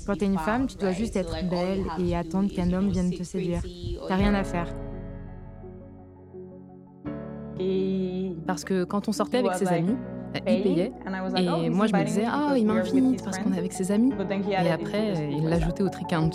Quand t'es une femme, tu dois juste être belle et attendre qu'un homme vienne te séduire. T'as rien à faire. Parce que quand on sortait avec ses amis, il payait. Et moi, je me disais, ah, il m'invite parce qu'on est avec ses amis. Et après, il l'ajoutait au trick count.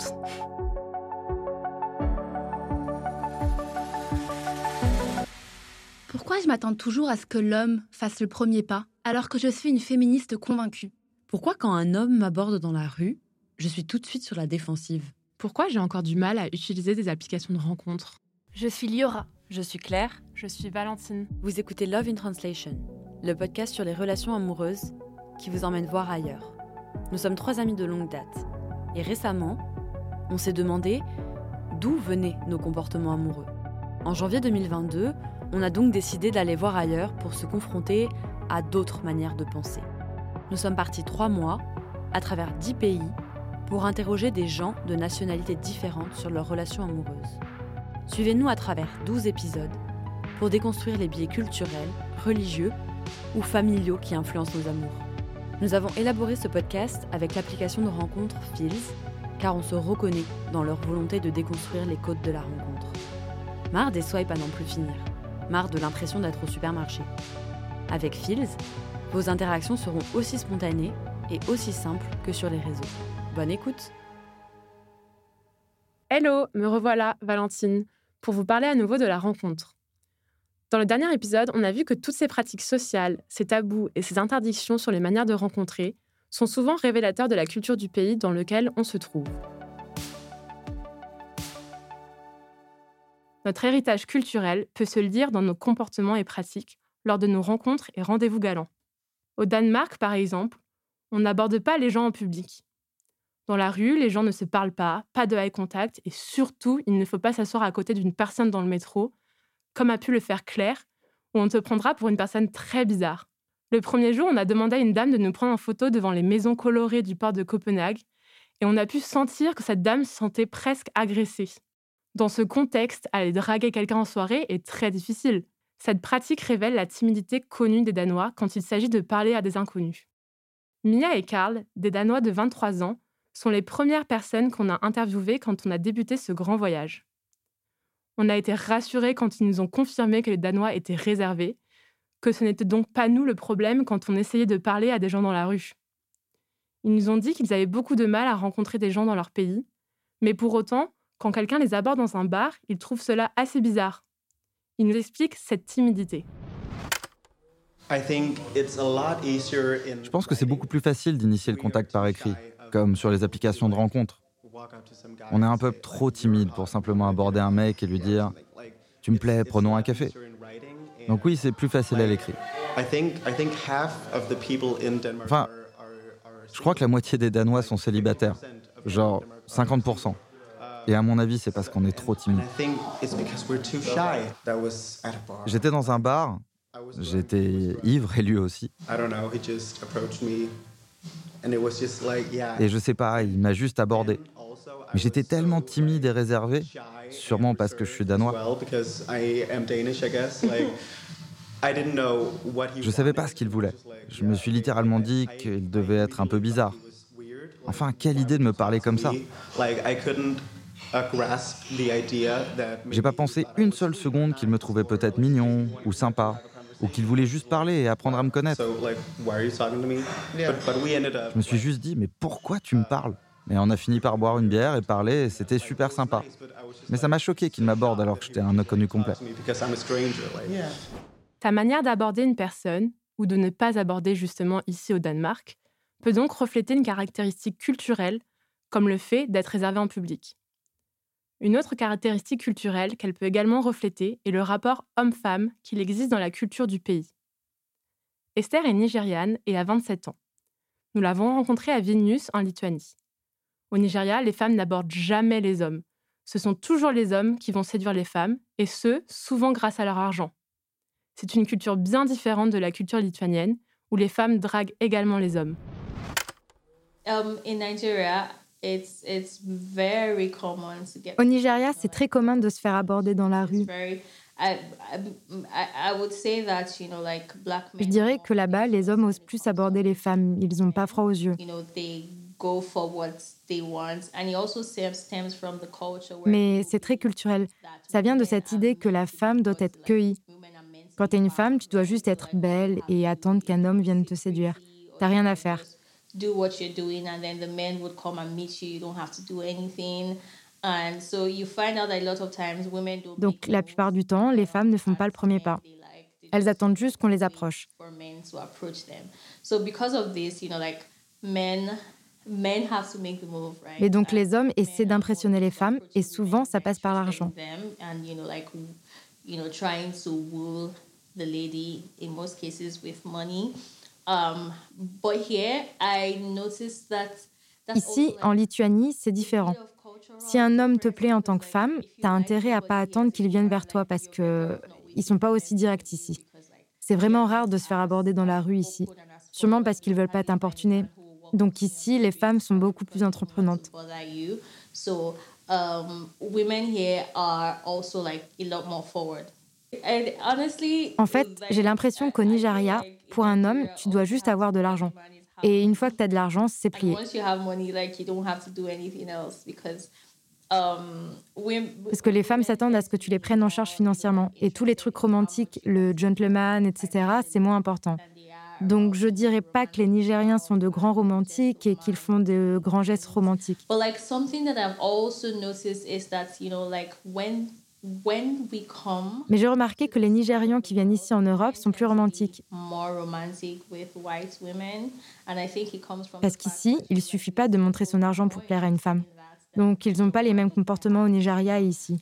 Pourquoi je m'attends toujours à ce que l'homme fasse le premier pas, alors que je suis une féministe convaincue ? Pourquoi quand un homme m'aborde dans la rue, je suis tout de suite sur la défensive ? Pourquoi j'ai encore du mal à utiliser des applications de rencontres ? Je suis Liora. Je suis Claire. Je suis Valentine. Vous écoutez Love in Translation, le podcast sur les relations amoureuses qui vous emmène voir ailleurs. Nous sommes 3 amies de longue date. Et récemment, on s'est demandé d'où venaient nos comportements amoureux. En janvier 2022, on a donc décidé d'aller voir ailleurs pour se confronter à d'autres manières de penser. Nous sommes partis 3 mois, à travers 10 pays, pour interroger des gens de nationalités différentes sur leurs relations amoureuses. Suivez-nous à travers 12 épisodes pour déconstruire les biais culturels, religieux ou familiaux qui influencent nos amours. Nous avons élaboré ce podcast avec l'application de rencontre Feels, car on se reconnaît dans leur volonté de déconstruire les codes de la rencontre. Marre des swipes à n'en plus finir. Marre de l'impression d'être au supermarché. Avec Feels, vos interactions seront aussi spontanées et aussi simples que sur les réseaux. Bonne écoute! Hello, me revoilà, Valentine, pour vous parler à nouveau de la rencontre. Dans le dernier épisode, on a vu que toutes ces pratiques sociales, ces tabous et ces interdictions sur les manières de rencontrer sont souvent révélateurs de la culture du pays dans lequel on se trouve. Notre héritage culturel peut se lire dans nos comportements et pratiques lors de nos rencontres et rendez-vous galants. Au Danemark, par exemple, on n'aborde pas les gens en public. Dans la rue, les gens ne se parlent pas de eye contact et surtout, il ne faut pas s'asseoir à côté d'une personne dans le métro, comme a pu le faire Claire, où on te prendra pour une personne très bizarre. Le premier jour, on a demandé à une dame de nous prendre en photo devant les maisons colorées du port de Copenhague et on a pu sentir que cette dame se sentait presque agressée. Dans ce contexte, aller draguer quelqu'un en soirée est très difficile. Cette pratique révèle la timidité connue des Danois quand il s'agit de parler à des inconnus. Mia et Karl, des Danois de 23 ans, sont les premières personnes qu'on a interviewées quand on a débuté ce grand voyage. On a été rassurés quand ils nous ont confirmé que les Danois étaient réservés, que ce n'était donc pas nous le problème quand on essayait de parler à des gens dans la rue. Ils nous ont dit qu'ils avaient beaucoup de mal à rencontrer des gens dans leur pays, mais pour autant, quand quelqu'un les aborde dans un bar, ils trouvent cela assez bizarre. Ils nous expliquent cette timidité. Je pense que c'est beaucoup plus facile d'initier le contact par écrit, comme sur les applications de rencontres. On est un peu trop timide pour simplement aborder un mec et lui dire « Tu me plais, prenons un café ». Donc oui, c'est plus facile à l'écrit. Enfin, je crois que la moitié des Danois sont célibataires, genre 50%. Et à mon avis, c'est parce qu'on est trop timide. J'étais dans un bar, j'étais ivre et lui aussi. Et je sais pas, il m'a juste abordé. Mais j'étais tellement timide et réservé, sûrement parce que je suis danois. Je savais pas ce qu'il voulait. Je me suis littéralement dit qu'il devait être un peu bizarre. Enfin, quelle idée de me parler comme ça. J'ai pas pensé une seule seconde qu'il me trouvait peut-être mignon ou sympa, ou qu'il voulait juste parler et apprendre à me connaître. Je me suis juste dit, mais pourquoi tu me parles ? Et on a fini par boire une bière et parler, et c'était super sympa. Mais ça m'a choqué qu'il m'aborde alors que j'étais un inconnu complet. Ta manière d'aborder une personne, ou de ne pas aborder justement ici au Danemark, peut donc refléter une caractéristique culturelle, comme le fait d'être réservé en public. Une autre caractéristique culturelle qu'elle peut également refléter est le rapport homme-femme qu'il existe dans la culture du pays. Esther est nigériane et a 27 ans. Nous l'avons rencontrée à Vilnius, en Lituanie. Au Nigeria, les femmes n'abordent jamais les hommes. Ce sont toujours les hommes qui vont séduire les femmes, et ce, souvent grâce à leur argent. C'est une culture bien différente de la culture lituanienne, où les femmes draguent également les hommes. Au Nigeria, c'est très commun de se faire aborder dans la rue. Je dirais que là-bas, les hommes osent plus aborder les femmes. Ils n'ont pas froid aux yeux. Mais c'est très culturel. Ça vient de cette idée que la femme doit être cueillie. Quand t'es une femme, tu dois juste être belle et attendre qu'un homme vienne te séduire. T'as rien à faire. Donc la plupart du temps, les femmes ne font pas le premier pas. Elles attendent juste qu'on les approche. Et donc les hommes essaient d'impressionner les femmes et souvent ça passe par l'argent. Ici, en Lituanie, c'est différent. Si un homme te plaît en tant que femme, t'as intérêt à pas attendre qu'il vienne vers toi parce que ils sont pas aussi directs ici. C'est vraiment rare de se faire aborder dans la rue ici, sûrement parce qu'ils veulent pas t'importuner. Donc ici, les femmes sont beaucoup plus entreprenantes. En fait, j'ai l'impression qu'au Nigeria, pour un homme, tu dois juste avoir de l'argent. Et une fois que tu as de l'argent, c'est plié. Parce que les femmes s'attendent à ce que tu les prennes en charge financièrement. Et tous les trucs romantiques, le gentleman, etc., c'est moins important. Donc, je dirais pas que les Nigériens sont de grands romantiques et qu'ils font de grands gestes romantiques. Mais j'ai remarqué que les Nigérians qui viennent ici en Europe sont plus romantiques. Parce qu'ici, il suffit pas de montrer son argent pour plaire à une femme. Donc, ils n'ont pas les mêmes comportements au Nigeria et ici.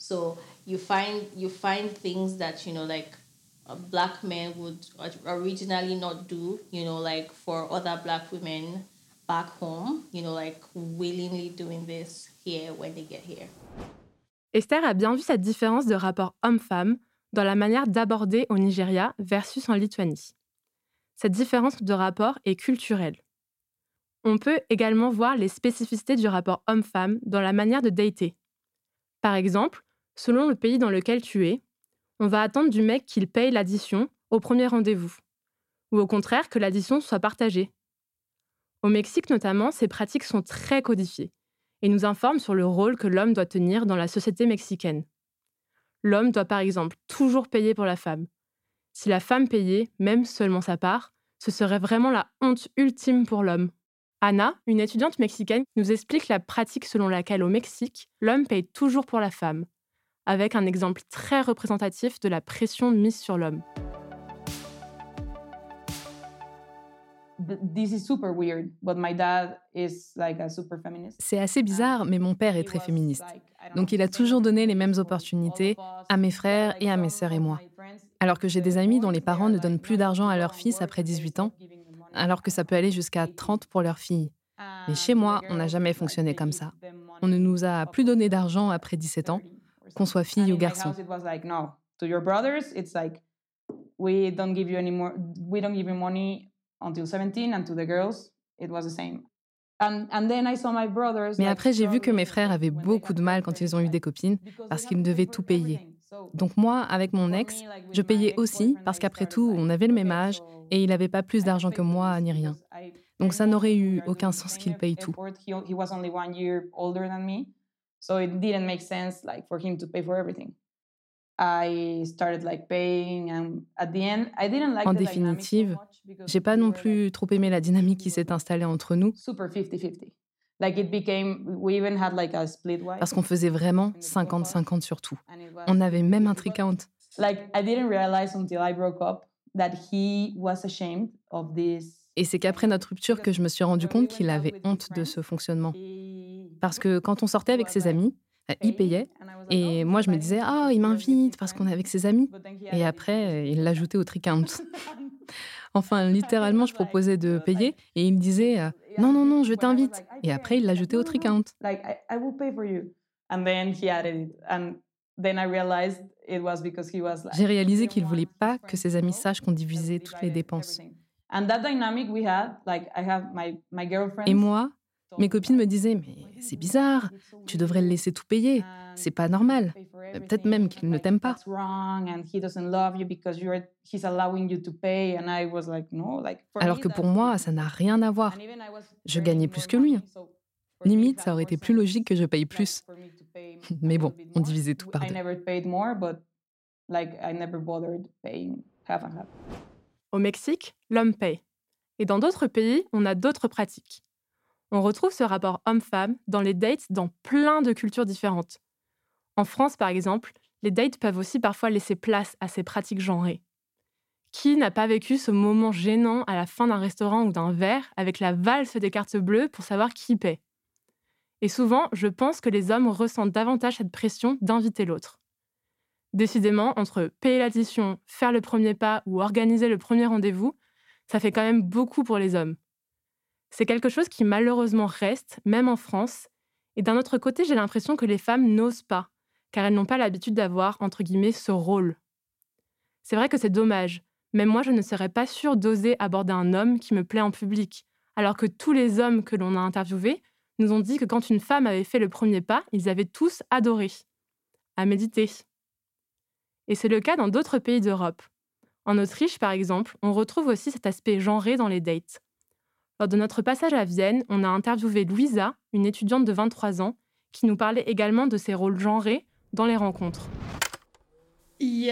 Black men would originally not do, for other black women back home, willingly doing this here when they get here. Esther a bien vu cette différence de rapport homme-femme dans la manière d'aborder au Nigeria versus en Lituanie. Cette différence de rapport est culturelle. On peut également voir les spécificités du rapport homme-femme dans la manière de dater. Par exemple, selon le pays dans lequel tu es, on va attendre du mec qu'il paye l'addition au premier rendez-vous, ou au contraire que l'addition soit partagée. Au Mexique notamment, ces pratiques sont très codifiées et nous informent sur le rôle que l'homme doit tenir dans la société mexicaine. L'homme doit par exemple toujours payer pour la femme. Si la femme payait, même seulement sa part, ce serait vraiment la honte ultime pour l'homme. Anna, une étudiante mexicaine, nous explique la pratique selon laquelle au Mexique, l'homme paye toujours pour la femme, avec un exemple très représentatif de la pression mise sur l'homme. C'est assez bizarre, mais mon père est très féministe. Donc il a toujours donné les mêmes opportunités à mes frères et à mes sœurs et moi. Alors que j'ai des amis dont les parents ne donnent plus d'argent à leur fils après 18 ans, alors que ça peut aller jusqu'à 30 pour leur fille. Mais chez moi, on n'a jamais fonctionné comme ça. On ne nous a plus donné d'argent après 17 ans, qu'on soit fille ou garçon. Mais après, j'ai vu que mes frères avaient beaucoup de mal quand ils ont eu des copines parce qu'ils devaient tout payer. Donc moi, avec mon ex, je payais aussi parce qu'après tout, on avait le même âge et il n'avait pas plus d'argent que moi ni rien. Donc ça n'aurait eu aucun sens qu'il paye tout. So it didn't make sense for him to pay for everything. I started paying and at the end I didn't like En définitive, j'ai pas non plus trop aimé la dynamique qui s'est installée entre nous. Super 50-50. It became we even had a split wife. Parce qu'on faisait vraiment 50-50 sur tout. On avait même un tricount. I didn't realize until I broke up that he was ashamed of this. Et c'est qu'après notre rupture que je me suis rendu compte qu'il avait honte de ce fonctionnement. Parce que quand on sortait avec ses amis, il payait. Et moi, je me disais, il m'invite parce qu'on est avec ses amis. Et après, il l'ajoutait au tricount. Enfin, littéralement, je proposais de payer et il me disait, non, je t'invite. Et après, il l'ajoutait au tricount. J'ai réalisé qu'il ne voulait pas que ses amis sachent qu'on divisait toutes les dépenses. Et moi, Mes copines me disaient « Mais c'est bizarre, tu devrais le laisser tout payer, c'est pas normal. Peut-être même qu'il ne t'aime pas. » Alors que pour moi, ça n'a rien à voir. Je gagnais plus que lui. Limite, ça aurait été plus logique que je paye plus. Mais bon, on divisait tout par deux. Au Mexique, l'homme paye. Et dans d'autres pays, on a d'autres pratiques. On retrouve ce rapport homme-femme dans les dates dans plein de cultures différentes. En France, par exemple, les dates peuvent aussi parfois laisser place à ces pratiques genrées. Qui n'a pas vécu ce moment gênant à la fin d'un restaurant ou d'un verre avec la valse des cartes bleues pour savoir qui paie ? Et souvent, je pense que les hommes ressentent davantage cette pression d'inviter l'autre. Décidément, entre payer l'addition, faire le premier pas ou organiser le premier rendez-vous, ça fait quand même beaucoup pour les hommes. C'est quelque chose qui malheureusement reste, même en France. Et d'un autre côté, j'ai l'impression que les femmes n'osent pas, car elles n'ont pas l'habitude d'avoir, entre guillemets, ce rôle. C'est vrai que c'est dommage. Même moi, je ne serais pas sûre d'oser aborder un homme qui me plaît en public, alors que tous les hommes que l'on a interviewés nous ont dit que quand une femme avait fait le premier pas, ils avaient tous adoré. À méditer. Et c'est le cas dans d'autres pays d'Europe. En Autriche, par exemple, on retrouve aussi cet aspect genré dans les dates. Lors de notre passage à Vienne, on a interviewé Louisa, une étudiante de 23 ans, qui nous parlait également de ses rôles genrés dans les rencontres. Oui,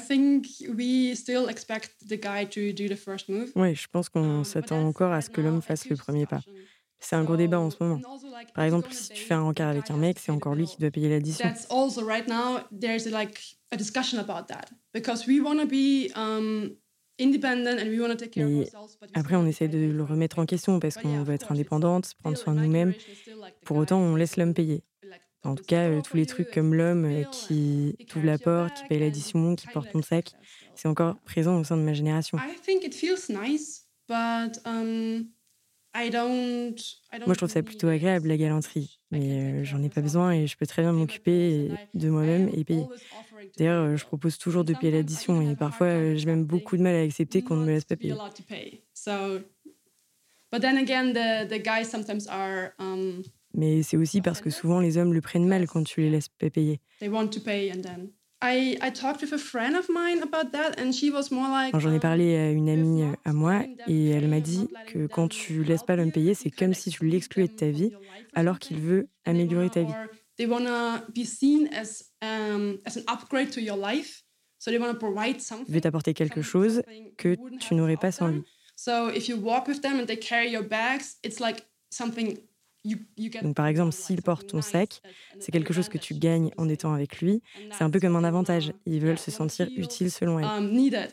je pense qu'on s'attend encore à ce que l'homme fasse le premier pas. C'est un gros débat en ce moment. Par exemple, si tu fais un rencard avec un mec, c'est encore lui qui doit payer l'addition. Mais après, on essaie de le remettre en question parce qu'on veut être indépendante, prendre soin de nous-mêmes. Pour autant, on laisse l'homme payer. En tout cas, tous les trucs comme l'homme qui t'ouvre la porte, qui paye l'addition, qui porte ton sac, c'est encore présent au sein de ma génération. Moi, je trouve ça plutôt agréable, la galanterie. Mais j'en ai pas besoin et je peux très bien m'occuper de moi-même et payer. D'ailleurs, je propose toujours de payer l'addition et parfois, j'ai même beaucoup de mal à accepter qu'on ne me laisse pas payer. Mais c'est aussi parce que souvent, les hommes le prennent mal quand tu les laisses pas payer. J'en ai parlé à une amie à moi et elle m'a dit que quand tu laisses pas l'homme payer, c'est comme si tu l'excluais de ta vie alors qu'il veut améliorer ta vie. Il veut t'apporter quelque chose que tu n'aurais pas sans lui. Donc, par exemple, s'il porte ton sac, c'est quelque chose que tu gagnes en étant avec lui. C'est un peu comme un avantage. Ils veulent se sentir utiles selon elle.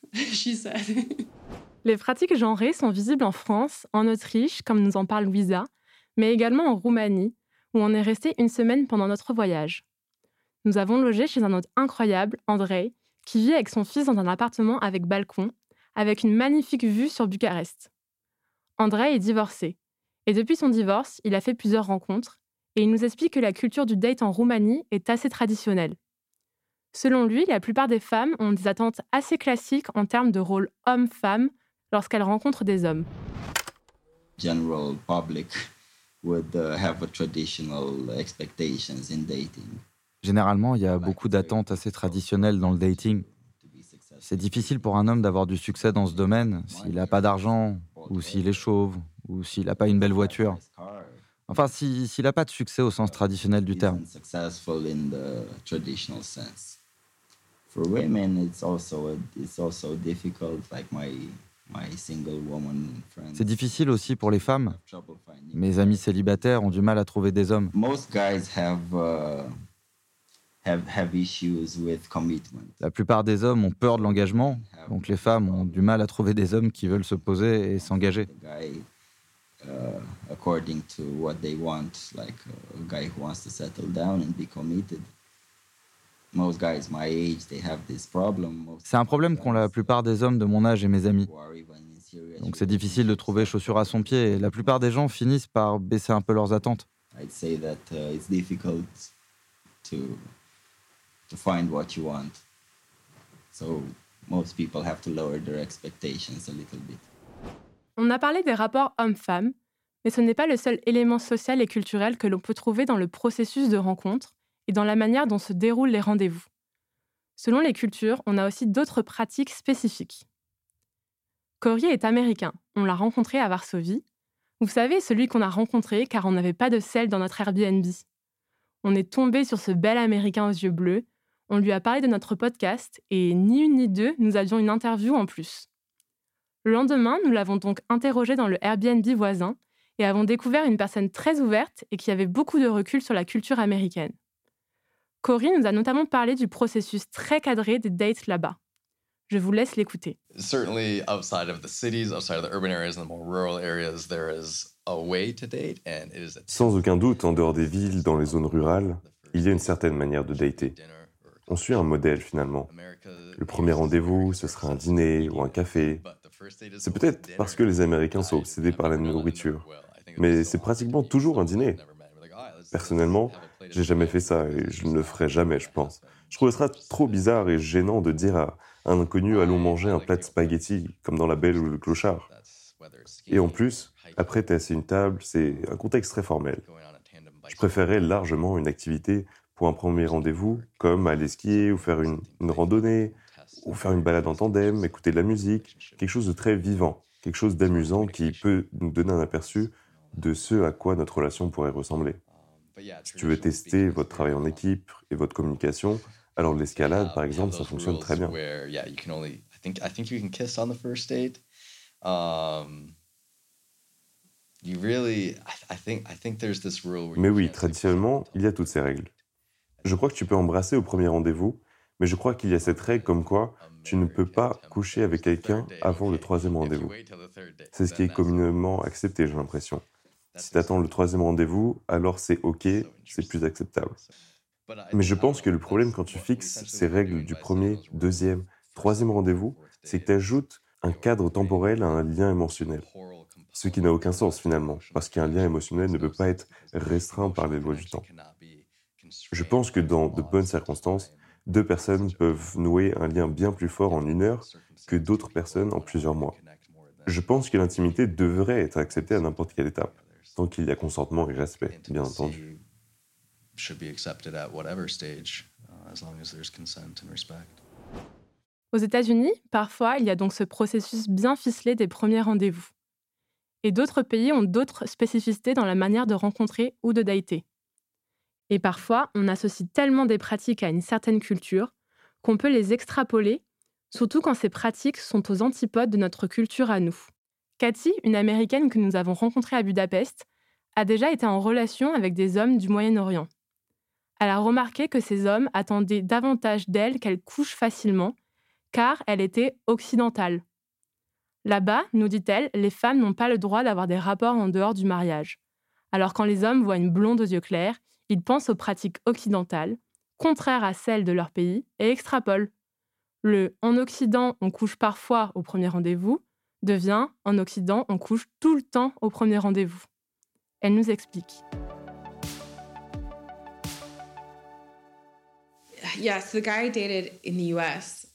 Les pratiques genrées sont visibles en France, en Autriche, comme nous en parle Louisa, mais également en Roumanie, où on est resté une semaine pendant notre voyage. Nous avons logé chez un hôte incroyable, Andrei, qui vit avec son fils dans un appartement avec balcon, avec une magnifique vue sur Bucarest. Andrei est divorcé. Et depuis son divorce, il a fait plusieurs rencontres et il nous explique que la culture du date en Roumanie est assez traditionnelle. Selon lui, la plupart des femmes ont des attentes assez classiques en termes de rôle homme-femme lorsqu'elles rencontrent des hommes. General public would have traditional expectations in dating. Généralement, il y a beaucoup d'attentes assez traditionnelles dans le dating. C'est difficile pour un homme d'avoir du succès dans ce domaine s'il n'a pas d'argent, ou s'il est chauve, ou s'il n'a pas une belle voiture. Enfin, s'il n'a pas de succès au sens traditionnel du terme. For women, it's also difficult, like my single woman friends. C'est difficile aussi pour les femmes. Mes amis célibataires ont du mal à trouver des hommes. Most guys have issues with commitment. La plupart des hommes ont peur de l'engagement, donc les femmes ont du mal à trouver des hommes qui veulent se poser et s'engager. According to what they want, like a guy who wants to settle down and be committed. Most guys my age, they have this problem. C'est un problème qu'ont la plupart des hommes de mon âge et mes amis. Donc c'est difficile de trouver chaussure à son pied et la plupart des gens finissent par baisser un peu leurs attentes. I'd say that it's difficult to find what you want. So most people have to lower their expectations a little bit. On a parlé des rapports hommes-femmes, Mais ce n'est pas le seul élément social et culturel que l'on peut trouver dans le processus de rencontre et dans la manière dont se déroulent les rendez-vous. Selon les cultures, on a aussi d'autres pratiques spécifiques. Corey est américain. On l'a rencontré à Varsovie. Vous savez, celui qu'on a rencontré car on n'avait pas de sel dans notre Airbnb. On est tombé sur ce bel Américain aux yeux bleus. On lui a parlé de notre podcast et ni une ni deux, nous avions une interview en plus. Le lendemain, nous l'avons donc interrogé dans le Airbnb voisin et avons découvert une personne très ouverte et qui avait beaucoup de recul sur la culture américaine. Corey nous a notamment parlé du processus très cadré des dates là-bas. Je vous laisse l'écouter. Certainly outside of the cities, outside of the urban areas and the more rural areas, there is a way to date and it is Sans aucun doute, en dehors des villes, dans les zones rurales, il y a une certaine manière de dater. On suit un modèle finalement. Le premier rendez-vous, ce sera un dîner ou un café. C'est peut-être parce que les Américains sont obsédés par la nourriture, mais c'est pratiquement toujours un dîner. Personnellement, j'ai jamais fait ça et je ne le ferai jamais, je pense. Je trouve ça trop bizarre et gênant de dire à un inconnu « allons manger un plat de spaghettis » comme dans La Belle ou le Clochard. Et en plus, après t'es assis à une table, c'est un contexte très formel. Je préférerais largement une activité pour un premier rendez-vous, comme aller skier ou faire une randonnée, ou faire une balade en tandem, écouter de la musique, quelque chose de très vivant, quelque chose d'amusant qui peut nous donner un aperçu de ce à quoi notre relation pourrait ressembler. Si tu veux tester votre travail en équipe et votre communication, alors l'escalade, par exemple, ça fonctionne très bien. Mais oui, traditionnellement, il y a toutes ces règles. Je crois que tu peux embrasser au premier rendez-vous, mais je crois qu'il y a cette règle comme quoi tu ne peux pas coucher avec quelqu'un avant le troisième rendez-vous. C'est ce qui est communément accepté, j'ai l'impression. Si tu attends le troisième rendez-vous, alors c'est OK, c'est plus acceptable. Mais je pense que le problème quand tu fixes ces règles du premier, deuxième, troisième rendez-vous, c'est que tu ajoutes un cadre temporel à un lien émotionnel. Ce qui n'a aucun sens finalement, parce qu'un lien émotionnel ne peut pas être restreint par les lois du temps. Je pense que dans de bonnes circonstances, deux personnes peuvent nouer un lien bien plus fort en 1 heure que d'autres personnes en plusieurs mois. Je pense que l'intimité devrait être acceptée à n'importe quelle étape, tant qu'il y a consentement et respect, bien entendu. Aux États-Unis, parfois, il y a donc ce processus bien ficelé des premiers rendez-vous. Et d'autres pays ont d'autres spécificités dans la manière de rencontrer ou de dater. Et parfois, on associe tellement des pratiques à une certaine culture qu'on peut les extrapoler, surtout quand ces pratiques sont aux antipodes de notre culture à nous. Cathy, une Américaine que nous avons rencontrée à Budapest, a déjà été en relation avec des hommes du Moyen-Orient. Elle a remarqué que ces hommes attendaient davantage d'elle qu'elle couche facilement, car elle était occidentale. Là-bas, nous dit-elle, les femmes n'ont pas le droit d'avoir des rapports en dehors du mariage. Alors quand les hommes voient une blonde aux yeux clairs, ils pensent aux pratiques occidentales, contraires à celles de leur pays, et extrapolent. Le « en Occident, on couche parfois au premier rendez-vous » devient « en Occident, on couche tout le temps au premier rendez-vous ». Elle nous explique. Yes, the guy I dated in the US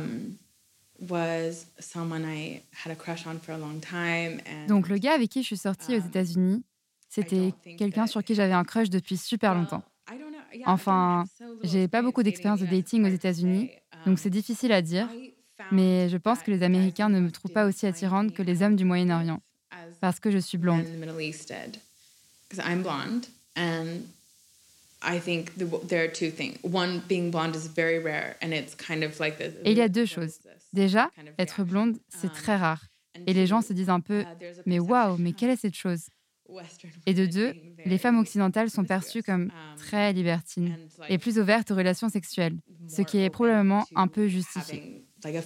was someone I had a crush on for a long time. Donc le gars avec qui je suis sortie aux États-Unis, c'était quelqu'un sur qui j'avais un crush depuis super longtemps. Enfin, j'ai pas beaucoup d'expérience de dating aux États-Unis, donc c'est difficile à dire, mais je pense que les Américains ne me trouvent pas aussi attirante que les hommes du Moyen-Orient, parce que je suis blonde. Et il y a deux choses. Déjà, être blonde, c'est très rare. Et les gens se disent un peu « mais waouh, mais quelle est cette chose ?» Et de deux, les femmes occidentales sont perçues comme très libertines et plus ouvertes aux relations sexuelles, ce qui est probablement un peu justifié.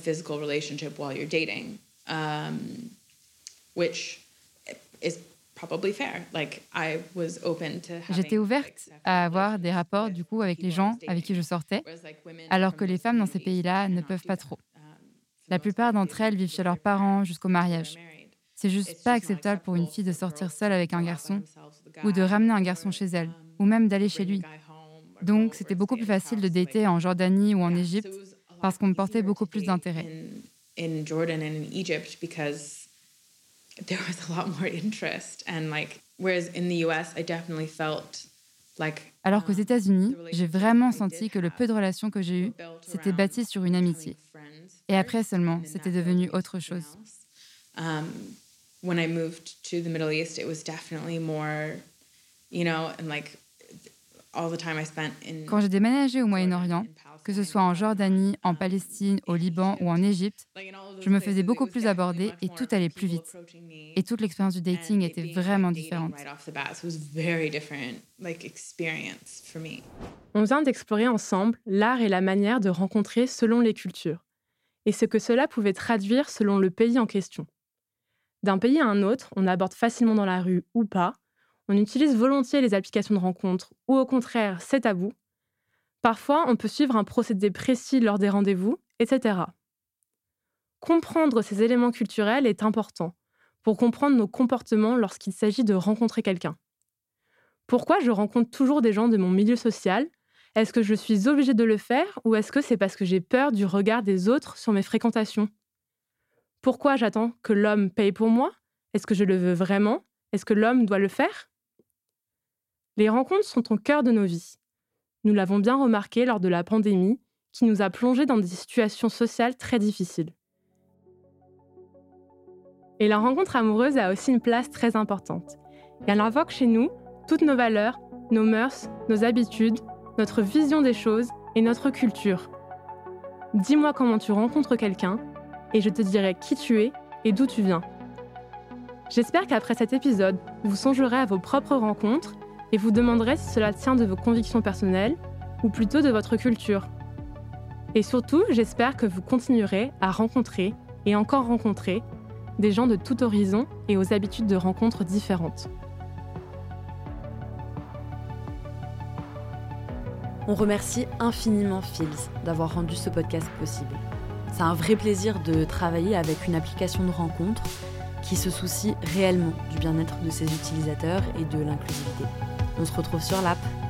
J'étais ouverte à avoir des rapports du coup avec les gens avec qui je sortais, alors que les femmes dans ces pays-là ne peuvent pas trop. La plupart d'entre elles vivent chez leurs parents jusqu'au mariage. C'est juste pas acceptable pour une fille de sortir seule avec un garçon ou de ramener un garçon chez elle, ou même d'aller chez lui. Donc, c'était beaucoup plus facile de dater en Jordanie ou en Égypte parce qu'on me portait beaucoup plus d'intérêt. there was a lot more interest. And whereas in the US, I definitely felt alors qu'aux États-Unis, j'ai vraiment senti que le peu de relations que j'ai eues s'était bâti sur une amitié. Et après seulement, c'était devenu autre chose. When I moved to the Middle East, it was definitely more, all the time I spent in. Quand j'ai déménagé au Moyen-Orient, que ce soit en Jordanie, en Palestine, au Liban ou en Égypte, je me faisais beaucoup plus aborder et tout allait plus vite. Et toute l'expérience du dating était vraiment différente. On vient d'explorer ensemble l'art et la manière de rencontrer selon les cultures, et ce que cela pouvait traduire selon le pays en question. D'un pays à un autre, on aborde facilement dans la rue ou pas, on utilise volontiers les applications de rencontres ou au contraire, c'est tabou. Parfois, on peut suivre un procédé précis lors des rendez-vous, etc. Comprendre ces éléments culturels est important pour comprendre nos comportements lorsqu'il s'agit de rencontrer quelqu'un. Pourquoi je rencontre toujours des gens de mon milieu social ? Est-ce que je suis obligée de le faire ou est-ce que c'est parce que j'ai peur du regard des autres sur mes fréquentations ? Pourquoi j'attends que l'homme paye pour moi ? Est-ce que je le veux vraiment ? Est-ce que l'homme doit le faire ? Les rencontres sont au cœur de nos vies. Nous l'avons bien remarqué lors de la pandémie, qui nous a plongés dans des situations sociales très difficiles. Et la rencontre amoureuse a aussi une place très importante. Et elle invoque chez nous toutes nos valeurs, nos mœurs, nos habitudes, notre vision des choses et notre culture. Dis-moi comment tu rencontres quelqu'un, et je te dirai qui tu es et d'où tu viens. J'espère qu'après cet épisode, vous songerez à vos propres rencontres et vous demanderez si cela tient de vos convictions personnelles ou plutôt de votre culture. Et surtout, j'espère que vous continuerez à rencontrer et encore rencontrer des gens de tout horizon et aux habitudes de rencontres différentes. On remercie infiniment Feels d'avoir rendu ce podcast possible. C'est un vrai plaisir de travailler avec une application de rencontre qui se soucie réellement du bien-être de ses utilisateurs et de l'inclusivité. On se retrouve sur l'app.